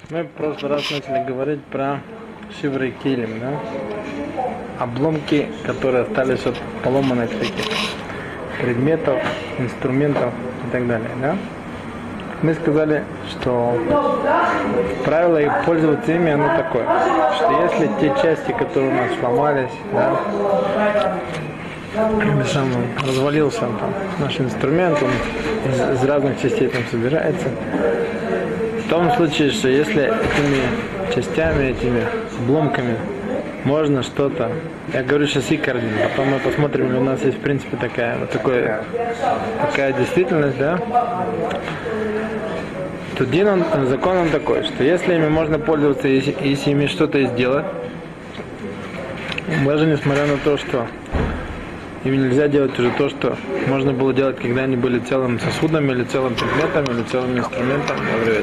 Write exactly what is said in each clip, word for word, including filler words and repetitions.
Мы в прошлый раз начали говорить про шивры и килим, да? Обломки, которые остались от поломанных таких предметов, инструментов и так далее, да? Мы сказали, что правило их пользоваться ими, оно такое, что если те части, которые у нас сломались, да, сам развалился там, наш инструмент, он из, из разных частей там собирается. В том случае, что если этими частями, этими обломками можно что-то, я говорю сейчас икордин, потом мы посмотрим, у нас есть в принципе такая, вот такое, такая действительность, да, то дин он, закон он такой, что если ими можно пользоваться, если, если ими что-то сделать, даже несмотря на то, что ими нельзя делать уже то, что можно было делать, когда они были целым сосудом, или целым предметом, или целым инструментом,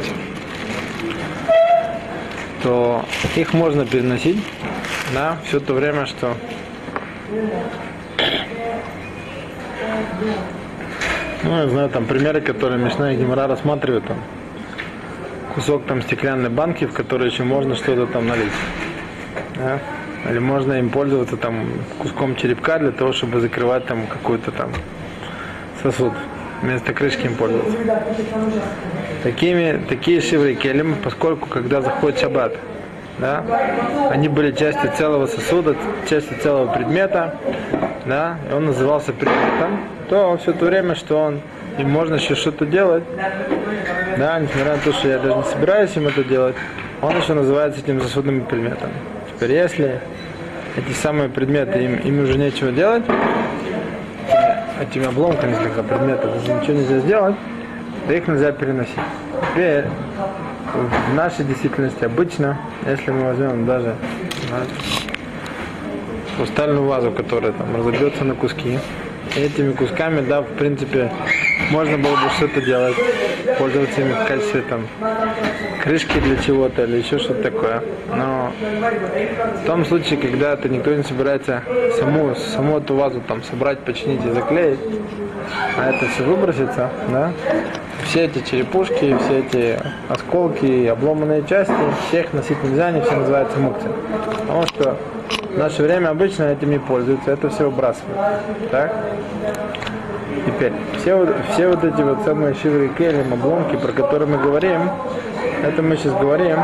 то их можно переносить, да, все то время, что ну, я знаю, там примеры, которые Мишна и Гемара рассматривают, там кусок там стеклянной банки, в которой еще можно что-то там налить, да? Или можно им пользоваться там куском черепка для того, чтобы закрывать там какой-то там сосуд. Вместо крышки им пользоваться. Такими, такие шивры келем, поскольку когда заходит шаббат, да, они были частью целого сосуда, частью целого предмета, да, и он назывался предметом, то все то время, что он, им можно еще что-то делать, да, несмотря на то, что я даже не собираюсь им это делать, он еще называется этим сосудным предметом. Теперь, если эти самые предметы, им, им уже нечего делать, этими обломками слегка предметов уже ничего нельзя сделать, то их нельзя переносить. Теперь, в нашей действительности обычно, если мы возьмем даже хрустальную вазу, которая там разобьется на куски, этими кусками, да, в принципе, можно было бы что-то делать, пользоваться ими в качестве там крышки для чего-то или еще что-то такое. Но в том случае, когда это никто не собирается саму, саму эту вазу там собрать, починить и заклеить, а это все выбросится, да, все эти черепушки, все эти осколки, обломанные части, всех носить нельзя, они все называются мукцы. Потому что в наше время обычно этим не пользуются, это все выбрасывают. Так? Теперь, все вот, все вот эти вот самые шивры и келем, обломки, про которые мы говорим, это мы сейчас говорим,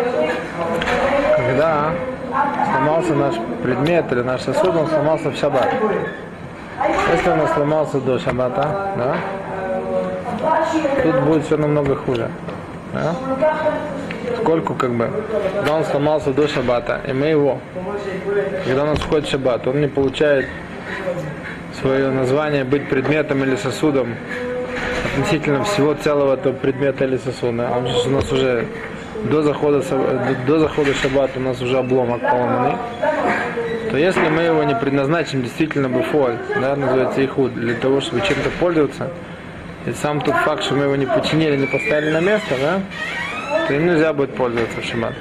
когда сломался наш предмет или наш сосуд, он сломался в шаббат. Если он сломался до шаббата, да, тут будет все намного хуже. Да? Сколько как бы, когда он сломался до шаббата, и мы его, когда у нас входит шаббат, он не получает свое название быть предметом или сосудом относительно всего целого этого предмета или сосуда. Он же у нас уже до захода, до захода шаббата у нас уже обломок поломанный. То если мы его не предназначим действительно бифоль, да, называется ихуд, для того, чтобы чем-то пользоваться, и сам тот факт, что мы его не починили, не поставили на место, да, то им нельзя будет пользоваться в шаббат.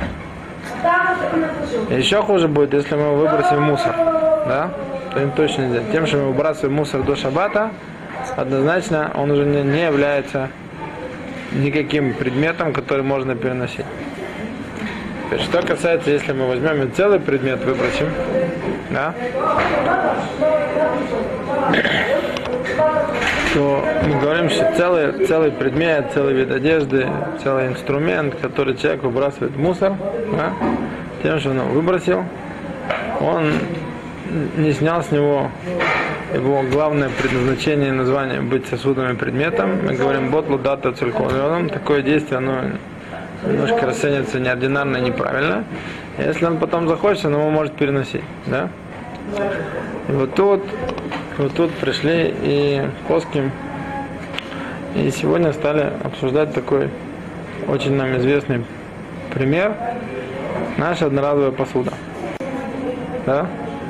И еще хуже будет, если мы его выбросим в мусор, да, то им точно нельзя. Тем, что мы выбрасываем мусор до шаббата, однозначно он уже не, не является никаким предметом, который можно переносить. Теперь, что касается, если мы возьмем и целый предмет выбросим, да, то мы говорим, что целый, целый предмет, целый вид одежды, целый инструмент, который человек выбрасывает в мусор, да, тем, что он его выбросил, он не снял с него его главное предназначение и название быть сосудом и предметом. Мы говорим ботлу дата цельком. Такое действие, оно немножко расценивается неординарно и неправильно. Если он потом захочет, он его может переносить. Да? И вот тут, вот тут пришли и поским. И сегодня стали обсуждать такой очень нам известный пример. Наша одноразовая посуда. Да?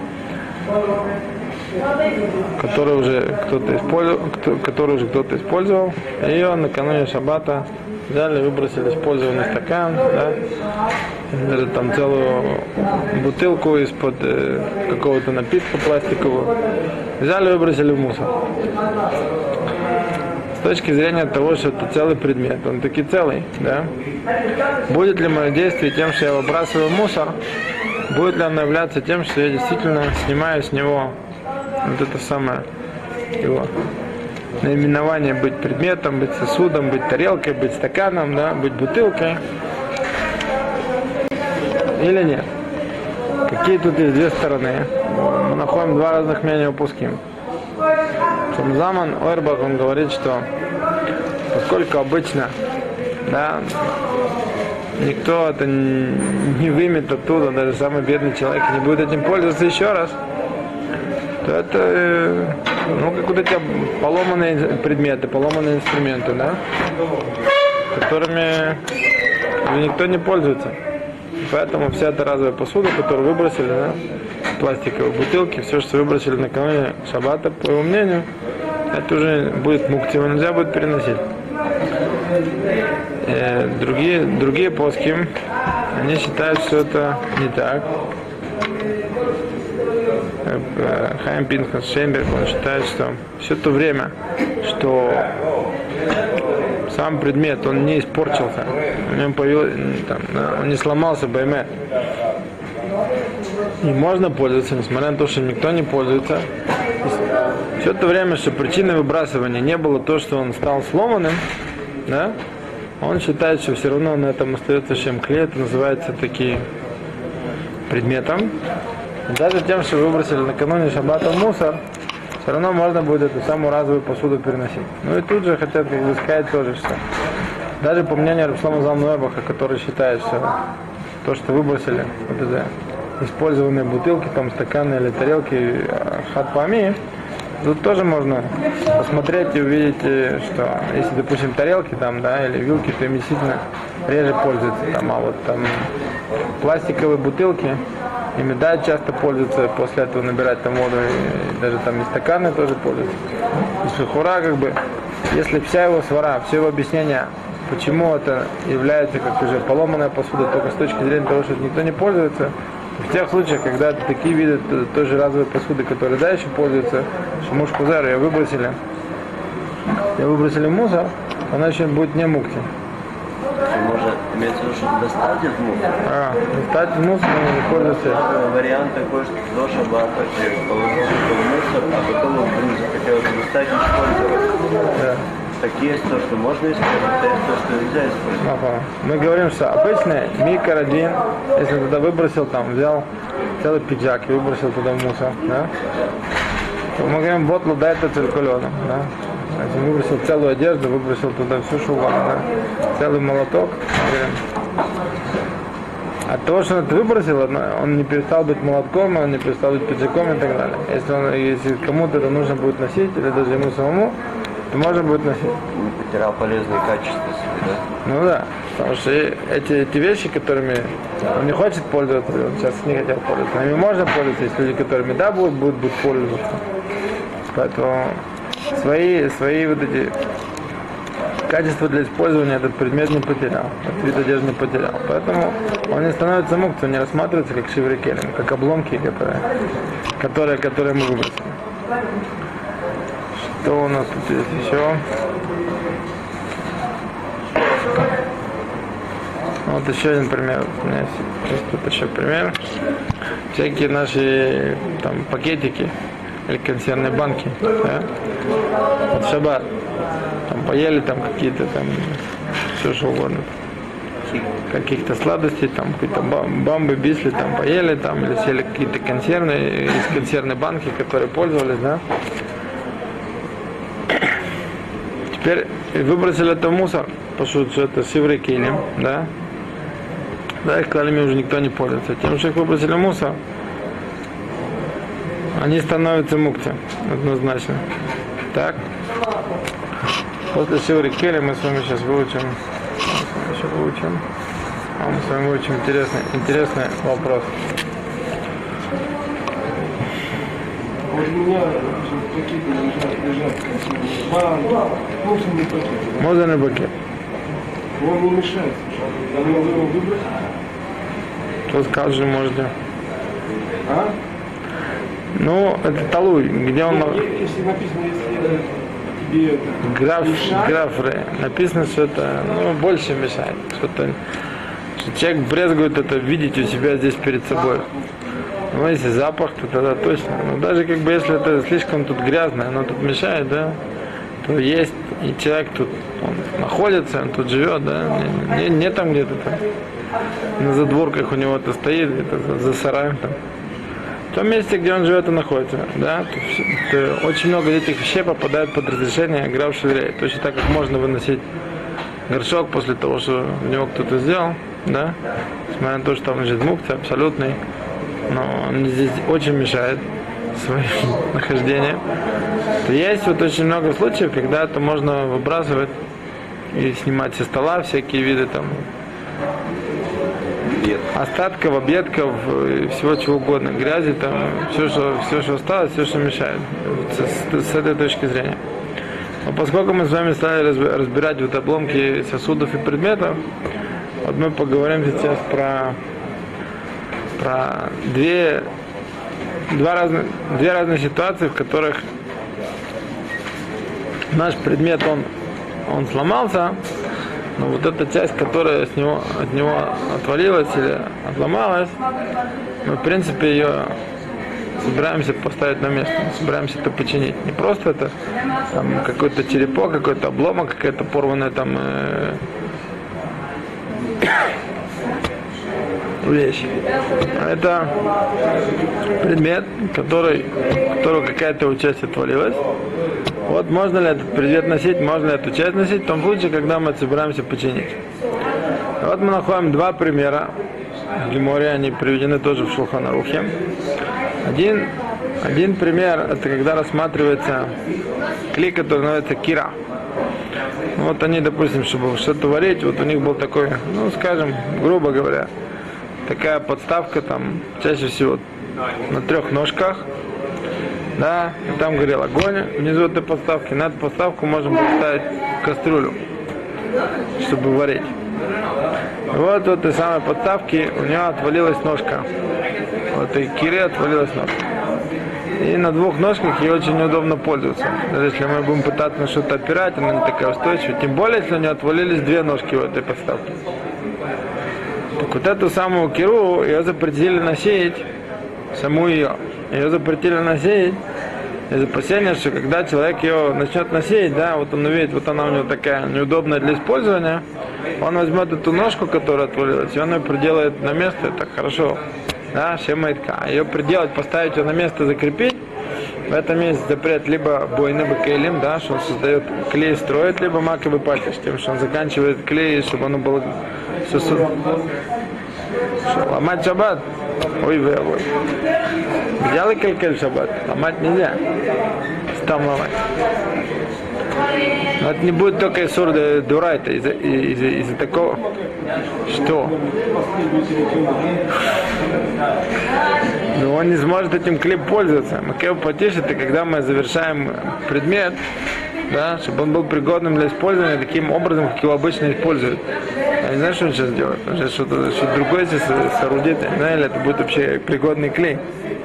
Который уже кто-то использовал, который уже кто-то использовал, ее накануне шаббата взяли, выбросили использованный стакан, да, или там целую бутылку из-под э, какого-то напитка пластикового, взяли, выбросили в мусор. С точки зрения того, что это целый предмет, он таки целый, да? Будет ли мое действие тем, что я выбрасываю мусор? Будет ли оно являться тем, что я действительно снимаю с него вот это самое его наименование быть предметом, быть сосудом, быть тарелкой, быть стаканом, да, быть бутылкой? Или нет? Какие тут есть две стороны? Мы находим два разных мнения у пуским. Заман Ойрбах, он говорит, что поскольку обычно, да, никто это не вымет оттуда, даже самый бедный человек не будет этим пользоваться еще раз, то это, ну, как вот эти поломанные предметы, поломанные инструменты, да, которыми никто не пользуется. Поэтому вся эта разовая посуда, которую выбросили, да, пластиковые бутылки, все, что выбросили накануне шаббата, по его мнению, это уже будет мукти, его нельзя будет переносить. Э, другие, другие плоски, они считают, что это не так. Э, Хайм Пинхас Шейнберг, он считает, что все то время, что сам предмет, он не испорчился, у него появился, там, он не сломался баймет. И можно пользоваться, несмотря на то, что никто не пользуется. Все это время, что причиной выбрасывания не было то, что он стал сломанным, да, он считает, что все равно на этом остается шем-клей, это называется таким предметом. И даже тем, что выбросили накануне шаббата в мусор, все равно можно будет эту самую разовую посуду переносить. Ну и тут же хотят как бы сказать тоже, что даже по мнению Рабшломо Залмана Ойрбаха, который считает, что то, что выбросили, вот это использованные бутылки, там стаканы или тарелки хат-пами, тут тоже можно посмотреть и увидеть, что если, допустим, тарелки там, да, или вилки, то им действительно реже пользуются, там, а вот там пластиковые бутылки, ими, да, часто пользуются, после этого набирать там воду, и даже там и стаканы тоже пользуются. То есть хура, как бы, если вся его свара, все его объяснение, почему это является как уже поломанная посуда, только с точки зрения того, что никто не пользуется, в тех случаях, когда такие виды той же разовой посуды, которые да, еще пользуются, что муж кузар, ее выбросили, ее выбросили в мусор, она еще будет не мукти. Может, имеется в виду, что достать из мусора? А, достать из мусора, она не пользуется. Вариант такой, что до шаббата положил в мусор, а потом вдруг захотел достать и использовать. Да. Так есть то, что можно использовать, а есть то, что нельзя использовать. Ага. Мы говорим, что обычный микродин, если туда выбросил, там, взял целый пиджак и выбросил туда в мусор, да, то мы говорим, вот луда это циркулёном, да. Если выбросил целую одежду, выбросил туда все, что угодно, да, целый молоток, мы говорим. От того, что он это выбросил, он не перестал быть молотком, он не перестал быть пиджаком и так далее. Если, он, если кому-то это нужно будет носить, или даже ему самому, то можно будет носить. Не потерял полезные качества себе, да? Ну да, потому что эти, эти вещи, которыми он не хочет пользоваться, он сейчас не хотел пользоваться, но ими можно пользоваться, есть люди, которыми да, будут, будут, будут пользоваться. Поэтому свои, свои вот эти качества для использования этот предмет не потерял, этот вид одежды не потерял. Поэтому он не становится мукти, он не рассматривается как шиврикелем, как обломки, которые, которые, которые мы выбросили. Что у нас тут есть еще? Вот еще один пример. У меня есть тут еще пример. Всякие наши там пакетики или консервные банки. Да? Вот шаббат. Там поели там какие-то там все что угодно. Каких-то сладостей, там какие-то бамбы, бисли там поели, там или съели какие-то консервные из консервной банки, которые пользовались, да. Теперь выбросили это в мусор, потому что это сивры килим, да. Да, их клалями уже никто не пользуется. Тем, что их выбросили в мусор, они становятся мукти, однозначно. Так. После сивры килим мы с вами сейчас выучим, еще выучим. А мы с вами выучим интересный, интересный вопрос. Вот у меня какие-то лежат, лежат мусорный пакет. Мусорный пакет. Он не мешает. А мы его выбросить? Кто скажет, можно. А? Ну, это талуй, где он... Если написано, если тебе это Граф, мешает? граф Рей. Написано, что это ну, больше мешает. Что-то, что человек брезгует это видеть у себя здесь перед собой. Ну, если запах, то тогда точно. Но даже как бы если это слишком тут грязно, оно тут мешает, да, то есть и человек тут он находится, он тут живет, да, не, не, не там где-то там. На задворках у него это стоит, где-то за, за сараем там. В том месте, где он живет и находится, да, то, то очень много этих вещей попадает под разрешение граф Швирей. Точно так, как можно выносить горшок после того, что в него кто-то сделал, да, несмотря на то, что там лежит мукция абсолютный, но он здесь очень мешает своим нахождением. То есть вот очень много случаев, когда это можно выбрасывать и снимать со стола всякие виды там остатков, объедков, всего чего угодно, грязи, там, все, что, все, что осталось, все, что мешает, с, с этой точки зрения. Но поскольку мы с вами стали разбирать вот обломки сосудов и предметов, вот мы поговорим сейчас про, про две, два разных, две разные ситуации, в которых наш предмет, он, он сломался, но вот эта часть, которая с него, от него отвалилась или отломалась, мы в принципе ее собираемся поставить на место, собираемся это починить. Не просто это там, какой-то черепок, какой-то обломок, какая-то порванная там э, вещь. А это предмет, который, у которого какая-то его часть отвалилась. Вот можно ли этот предмет носить, можно ли эту часть носить в том случае, когда мы собираемся починить. Вот мы находим два примера. В Геморе они приведены тоже в Шулхан Арухе. Один, один пример, это когда рассматривается клей, который называется кира. Вот они, допустим, чтобы что-то варить, вот у них был такой, ну, скажем, грубо говоря, такая подставка, там, чаще всего на трех ножках, да, и там горел огонь внизу этой подставки. На эту подставку можно поставить кастрюлю, чтобы варить. И вот в этой самой подставке у нее отвалилась ножка. Вот этой кире отвалилась ножка. И на двух ножках ей очень неудобно пользоваться. Даже если мы будем пытаться на что-то опирать, она не такая устойчивая. Тем более, если у нее отвалились две ножки в этой подставке. Так вот эту самую киру, ее запретили носить, саму ее. Ее запретили носить из опасения, что когда человек ее начнет носить, да, вот он увидит, вот она у него такая неудобная для использования, он возьмет эту ножку, которая отвалилась, и он ее приделает на место, так хорошо, да, шемайтка. Ее приделать, поставить ее на место, закрепить, в этом есть запрет либо бойны бакейлим, да, что он создает клей, строит, либо маковый патиш, тем, что он заканчивает клей, чтобы оно было сосуд. Ломать шаббат? Ой, вы, ой. Взял и калькель шаббат. Ломать нельзя. Там ломать. Но это не будет только из сурда дурайта, из-за, из-за, из-за такого. Что? Но он не сможет этим клей пользоваться. Макев патиш, это когда мы завершаем предмет, да, чтобы он был пригодным для использования таким образом, как его обычно используют. Я не знаю, что он сейчас делает. Он сейчас что-то, что-то другое здесь соорудит. Я не знаю, или это будет вообще пригодный клей.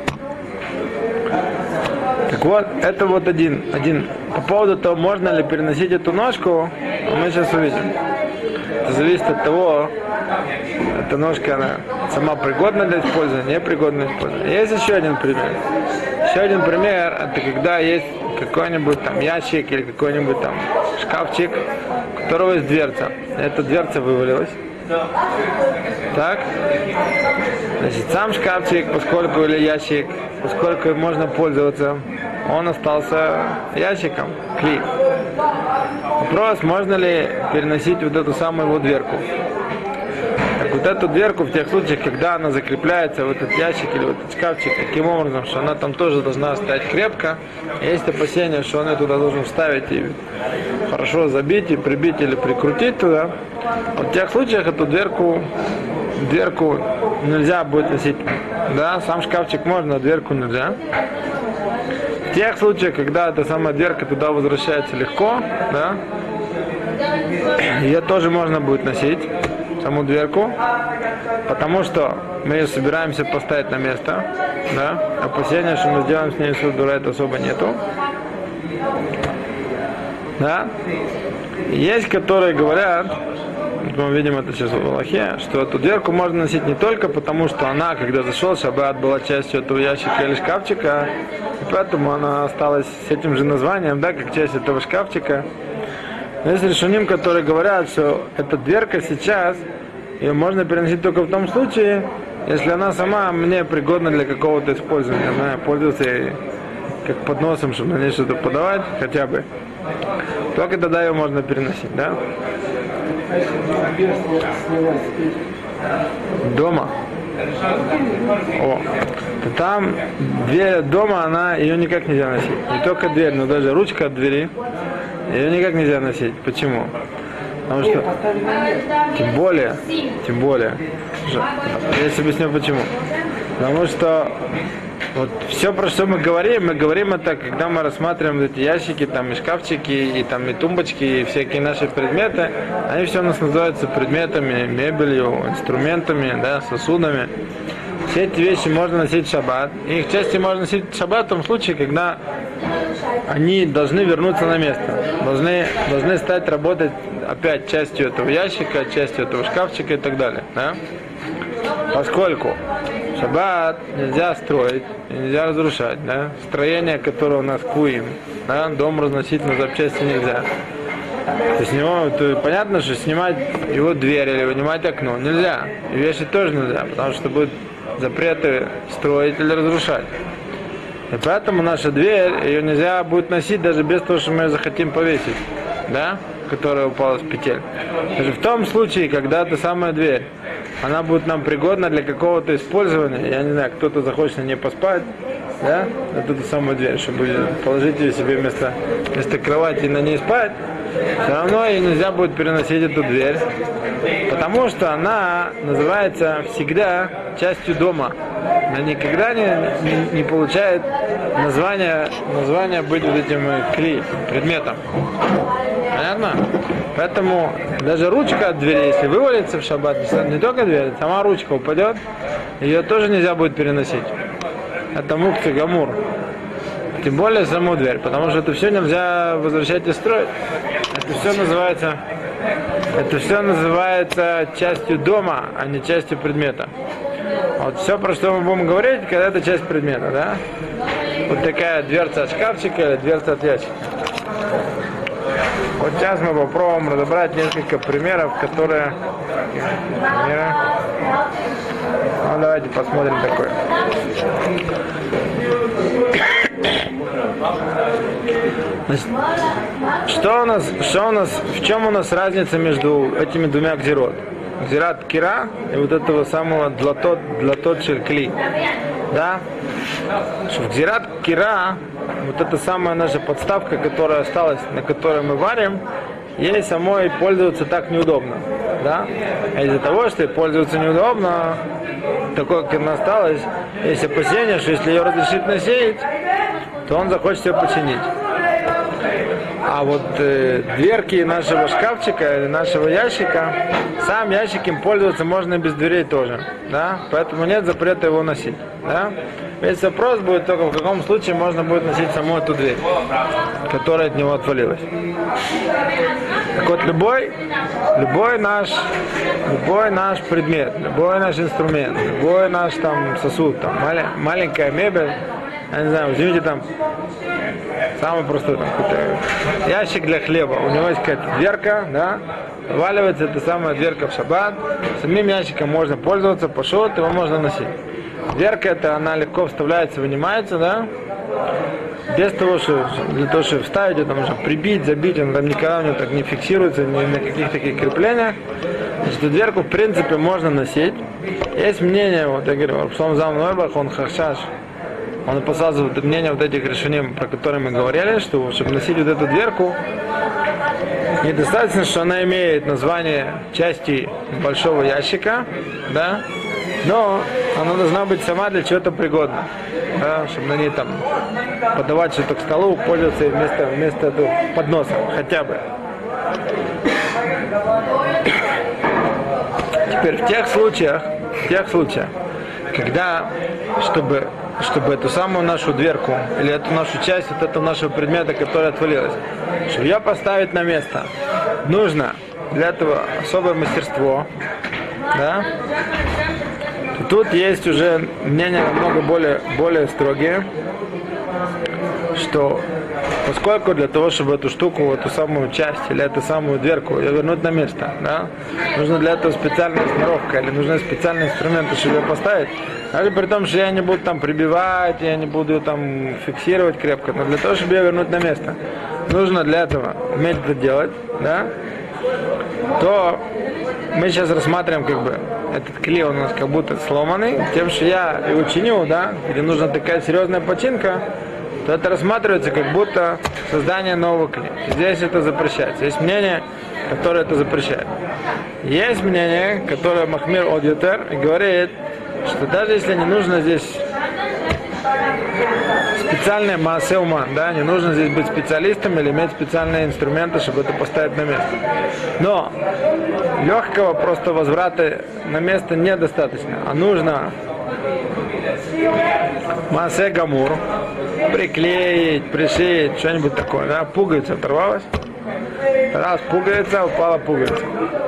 Так вот, это вот один, один. По поводу того, можно ли переносить эту ножку, мы сейчас увидим. Это зависит от того, эта ножка, она сама пригодна для использования, не пригодна для использования. Есть еще один пример. Еще один пример, это когда есть какой-нибудь там ящик или какой-нибудь там шкафчик, у которого есть дверца. Эта дверца вывалилась. Так? Значит, сам шкафчик, поскольку или ящик, поскольку им можно пользоваться, он остался ящиком, клей. Вопрос, можно ли переносить вот эту самую его дверку. Так вот эту дверку в тех случаях, когда она закрепляется в этот ящик или в этот шкафчик, таким образом, что она там тоже должна стоять крепко, есть опасение, что он ее туда должен вставить и хорошо забить и прибить или прикрутить туда. Вот в тех случаях эту дверку, дверку нельзя будет носить. Да, сам шкафчик можно, а дверку нельзя. В тех случаях, когда эта самая дверка туда возвращается легко, да, ее тоже можно будет носить, саму дверку, потому что мы ее собираемся поставить на место, да, опасения, что мы сделаем с ней судурайт, особо нету. Да? Есть, которые говорят, мы видим это сейчас в Аллахе, что эту дверку можно носить не только потому, что она, когда зашел, шаббат была частью этого ящика или шкафчика, и поэтому она осталась с этим же названием, да, как часть этого шкафчика. Но есть решуним, которые говорят, что эта дверка сейчас, ее можно переносить только в том случае, если она сама мне пригодна для какого-то использования. Она пользуется ей как подносом, чтобы на ней что-то подавать, хотя бы. Только тогда ее можно переносить, да? Дома. О, там дверь дома, она ее никак нельзя носить. Не только дверь, но даже ручка от двери. Ее никак нельзя носить. Почему? Потому что, тем более, тем более, я сейчас объясню почему. Потому что вот все, про что мы говорим, мы говорим это, когда мы рассматриваем эти ящики, там и шкафчики, и там и тумбочки, и всякие наши предметы, они все у нас называются предметами, мебелью, инструментами, да, сосудами. Все эти вещи можно носить в шаббат. И их части можно носить в шаббат в том случае, когда они должны вернуться на место. Должны, должны стать работать опять частью этого ящика, частью этого шкафчика и так далее. Да? Поскольку шаббат нельзя строить, нельзя разрушать. Да? Строение, которое у нас куим, да? Дом разносить на запчасти нельзя. То с него, то понятно, что снимать его дверь или вынимать окно нельзя. И вещи тоже нельзя, потому что будут запреты строить или разрушать. И поэтому наша дверь, ее нельзя будет носить даже без того, что мы ее захотим повесить, да, которая упала с петель. Даже в том случае, когда эта самая дверь, она будет нам пригодна для какого-то использования, я не знаю, кто-то захочет на ней поспать, да, эту самую дверь, чтобы положить ее себе вместо, вместо кровати и на ней спать, все равно ей нельзя будет переносить эту дверь, потому что она называется всегда частью дома. Она никогда не, не, не получает название, название быть вот этим кли, предметом. Понятно? Поэтому даже ручка от двери, если вывалится в шаббат, не только дверь, сама ручка упадет, ее тоже нельзя будет переносить. Это мукти гамур. Тем более саму дверь, потому что это все нельзя возвращать и строить. Это все называется, это все называется частью дома, а не частью предмета. Вот все, про что мы будем говорить, когда это часть предмета, да? Вот такая дверца от шкафчика или дверца от ящика. Вот сейчас мы попробуем разобрать несколько примеров, которые... Примеры. Ну, давайте посмотрим такое. Значит, что у нас, что у нас, в чем у нас разница между этими двумя гзирот? Гзират кира и вот этого самого длатот, длатот шеркли. Да? Что в гзират кира, вот эта самая наша подставка, которая осталась, на которой мы варим, ей самой пользоваться так неудобно. Да? А из-за того, что ей пользоваться неудобно, такое, как она осталась, есть опасение, что если ее разрешить носить, то он захочет ее починить. А вот э, дверки нашего шкафчика или нашего ящика, сам ящик им пользоваться можно и без дверей тоже, да? Поэтому нет запрета его носить, да? Весь вопрос будет только в каком случае можно будет носить саму эту дверь, которая от него отвалилась. Так вот, любой, любой наш, любой наш предмет, любой наш инструмент, любой наш там сосуд, там малень, маленькая мебель, я не знаю, возьмите там самый простой там какой-то ящик для хлеба. У него есть какая-то дверка, да, валивается эта самая дверка в шаббат. Самим ящиком можно пользоваться, пошел, его можно носить. Дверка эта, она легко вставляется, вынимается, да, без того, что для того, чтобы вставить, это можно прибить, забить, она там никогда у него так не фиксируется, ни на каких таких креплениях. Значит, эту дверку в принципе можно носить. Есть мнение, вот я говорю, Рабшалом Залман Ойрбах, он хашаш. Он опасался вот мнения вот этих решений, про которые мы говорили, что чтобы носить вот эту дверку, недостаточно, что она имеет название части большого ящика, да, но она должна быть сама для чего-то пригодна, да, чтобы на ней там подавать что-то к столу, пользоваться вместо, вместо этого подноса, хотя бы. Теперь в тех случаях, в тех случаях, когда, чтобы чтобы эту самую нашу дверку, или эту нашу часть, вот этого нашего предмета, который отвалилась, чтобы ее поставить на место, нужно для этого особое мастерство, да? И тут есть уже мнения намного более, более строгие, что поскольку для того, чтобы эту штуку, эту самую часть или эту самую дверку ее вернуть на место, да, нужно для этого специальная сноровка или нужны специальные инструменты, чтобы ее поставить. Даже при том, что я не буду там прибивать, я не буду там фиксировать крепко, но для того, чтобы ее вернуть на место, нужно для этого уметь это делать, да, то мы сейчас рассматриваем как бы этот клей, он у нас как будто сломанный, тем, что я его чиню, да, где нужна такая серьезная починка, то это рассматривается как будто создание нового клея. Здесь это запрещается. Есть мнение, которое это запрещает. Есть мнение, которое Махмир Одютер говорит, что даже если не нужно здесь специальный маасе уман, да, не нужно здесь быть специалистом или иметь специальные инструменты, чтобы это поставить на место. Но легкого просто возврата на место недостаточно, а нужно маасе гамур, приклеить, пришить, что-нибудь такое, да, пуговица оторвалась, раз пуговица, упала пуговица.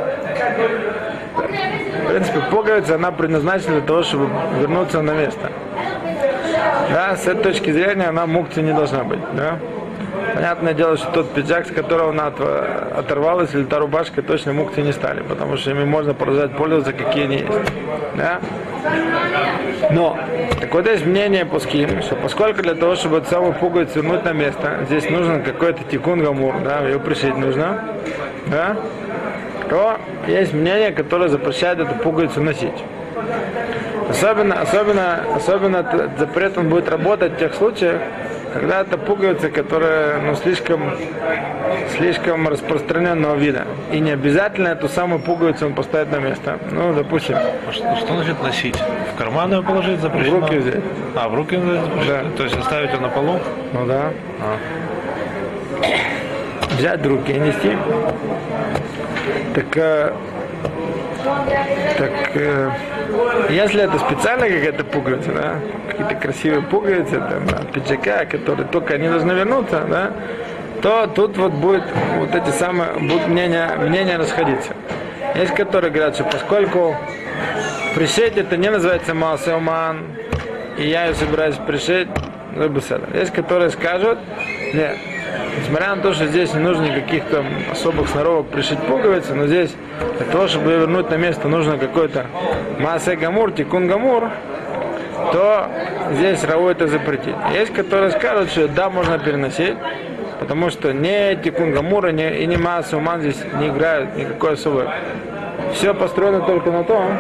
В принципе, пуговица, она предназначена для того, чтобы вернуться на место. Да, с этой точки зрения она мукти не должна быть, да. Понятное дело, что тот пиджак, с которого она оторвалась, или та рубашка, точно мукти не стали, потому что ими можно продолжать пользоваться, какие они есть, да. Но, так вот есть мнение пуским, что поскольку для того, чтобы эту самую пуговицу вернуть на место, здесь нужен какой-то тикун гамур, да, ее пришить нужно, да, то есть мнение, которое запрещает эту пуговицу носить. Особенно, особенно, особенно этот запрет он будет работать в тех случаях, когда это пуговица, которая, ну, слишком, слишком распространенного вида. И не обязательно эту самую пуговицу он поставит на место. Ну, допустим. А что, что значит носить? В карман ее положить запрещено? В руки взять. А, в руки взять запрещено? Да. То есть оставить ее на полу? Ну да. А. Взять в руки и нести. Так, э, так э, если это специальная какая-то пуговица, да, какие-то красивые пуговицы там, да, пиджака, которые только они должны вернуться, да, то тут вот будет вот эти самые будут мнения, мнения расходиться. Есть которые говорят, что поскольку пришить это не называется маасе уман, и я ее собираюсь пришить, ну, беседа. Есть которые скажут, нет, несмотря на то, что здесь не нужно никаких там особых сноровок пришить пуговицы, но здесь для того, чтобы ее вернуть на место, нужно какой-то маасе гамур, тикун гамур, то здесь рау это запретить. Есть которые скажут, что да, можно переносить, потому что ни тикун гамура, ни, и ни маасе уман здесь не играют никакой особой. Все построено только на том,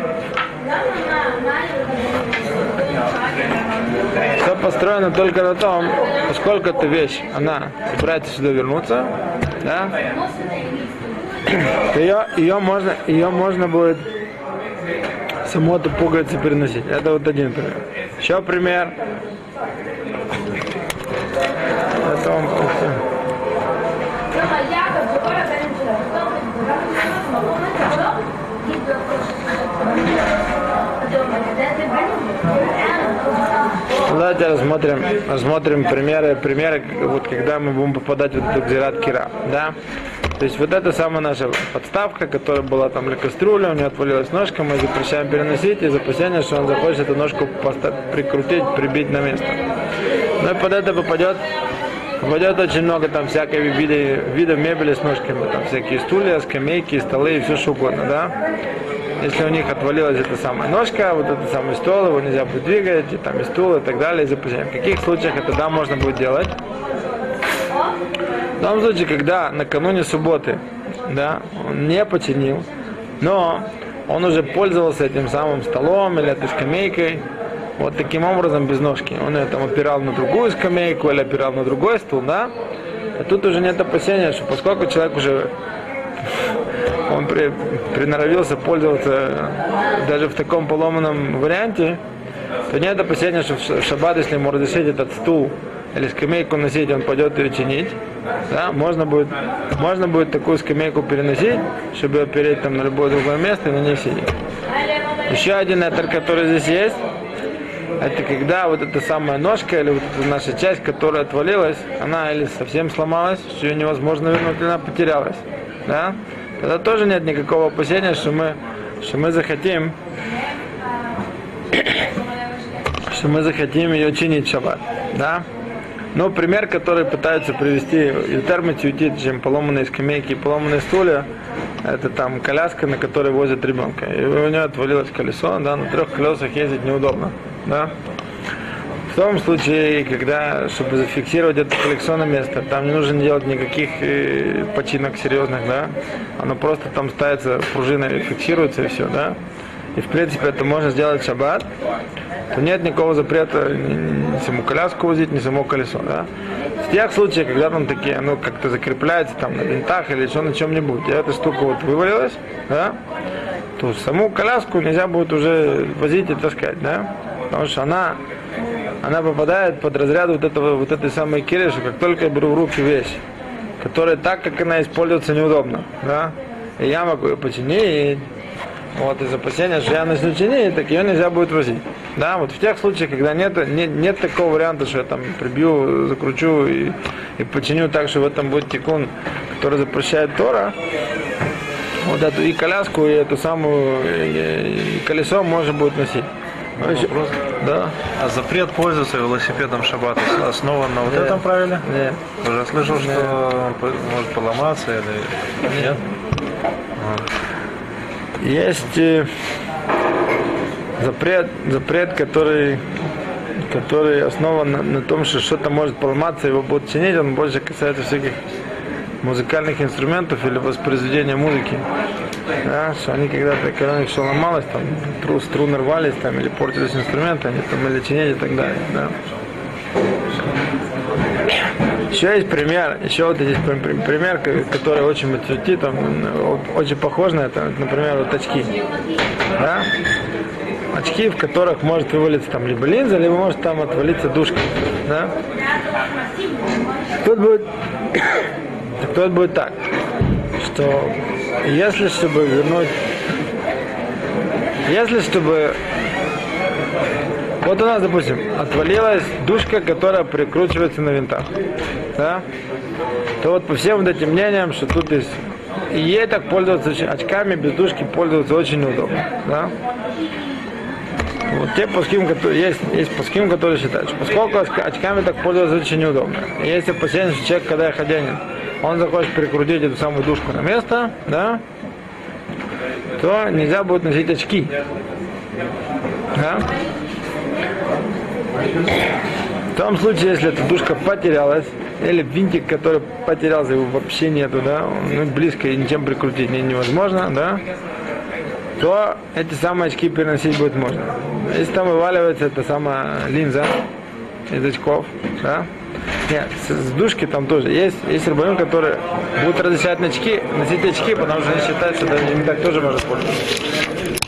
все построено только на том, поскольку эта вещь, она собирается сюда вернуться, да, то ее, ее, можно, ее можно будет саму эту пуговицу переносить. Это вот один пример. Еще пример. Это он просто... Давайте рассмотрим, рассмотрим примеры, примеры, вот когда мы будем попадать в этот гзират кира, да. То есть вот это самая наша подставка, которая была там для кастрюли, у нее отвалилась ножка, мы запрещаем переносить из опасения, что он захочет эту ножку поставить, прикрутить, прибить на место. Ну и под это попадет, попадет очень много там всяких видов, видов мебели с ножками, там всякие стулья, скамейки, столы и все что угодно, да. Если у них отвалилась эта самая ножка, вот этот самый стол, его нельзя будет двигать, и там и стул и так далее, и запрещаем. В каких случаях это да можно будет делать? В том случае, когда накануне субботы, да, он не починил, но он уже пользовался этим самым столом или этой скамейкой, вот таким образом без ножки. Он ее там опирал на другую скамейку или опирал на другой стул, да, а тут уже нет опасения, что поскольку человек уже он при, приноровился пользоваться даже в таком поломанном варианте, то нет опасения, что в шаббат, если ему разрешить этот стул или скамейку носить, он пойдет ее чинить. Да? Можно будет, можно будет такую скамейку переносить, чтобы ее переть там на любое другое место и на ней сидеть. Еще один этер, который здесь есть, это когда вот эта самая ножка или вот эта наша часть, которая отвалилась, она или совсем сломалась, что ее невозможно вернуть, или она потерялась. Да? Тогда тоже нет никакого опасения, что мы, что мы захотим, что мы захотим ее чинить в шаббат. Да? Но пример, который пытаются привести и термитюти, чем поломанные скамейки и поломанные стулья, это там коляска, на которой возят ребенка. И у нее отвалилось колесо, да, на трех колесах ездить неудобно. Да? В том случае, когда, чтобы зафиксировать это колесо на место, там не нужно делать никаких э, починок серьезных, да, оно просто там ставится, пружиной фиксируется и все, да. И в принципе это можно сделать в шаббат, то нет никакого запрета ни, ни саму коляску возить, ни само колесо, да. В тех случаях, когда там такие, ну, как-то закрепляется там на винтах или еще на чем-нибудь, и эта штука вот вывалилась, да, то саму коляску нельзя будет уже возить и таскать, да, потому что она, она попадает под разряд вот этого, вот этой самой кири, что как только я беру в руки вещь, которая так, как она используется, неудобно, да, и я могу ее починить. Вот из опасения, что я начну чинить, так ее нельзя будет возить. Да, вот в тех случаях, когда нет, нет, нет такого варианта, что я там прибью, закручу и, и починю так, что в этом будет тикун, который запрещает Тора, вот эту и коляску, и эту самую, и, и колесо можно будет носить. Вопрос. Да. А запрет пользоваться велосипедом в шаббат основан на вот Нет. этом правиле? Нет. Уже слышал, Нет. что он по- может поломаться или нет? Есть э, запрет, запрет, который, который основан на, на том, что что-то может поломаться, его будут чинить, он больше касается всяких музыкальных инструментов или воспроизведения музыки. Да, что они когда-то, когда у них все ломалось, там тру, струны рвались там, или портились инструменты, они там или чинили и так далее. Да. Еще есть пример, еще вот здесь пример, который очень матюти, там, очень похож на это, например, вот очки. Да? Очки, в которых может вывалиться там либо линза, либо может там отвалиться дужка. Да? Тут будет, тут будет так, что если чтобы вернуть, если чтобы вот у нас, допустим, отвалилась дужка, которая прикручивается на винтах, да? То вот по всем вот этим мнениям, что тут есть, и ей так пользоваться очками без дужки пользоваться очень неудобно, да? Вот те пуским, которые есть, есть пуским, которые считают, что поскольку очками так пользоваться очень неудобно, и есть опасение, что человек, когда ходянин, он захочет прикрутить эту самую дужку на место, да? То нельзя будет носить очки, да? В том случае, если эта дужка потерялась, или винтик, который потерялся, его вообще нету, да, ну, близко и ничем прикрутить невозможно, да, то эти самые очки переносить будет можно. Если там вываливается эта самая линза из очков, да, нет, с, с дужки там тоже есть, есть рабаним, которые будут разрешать очки, носить очки, потому что они считают, что даже ими так тоже можно пользоваться.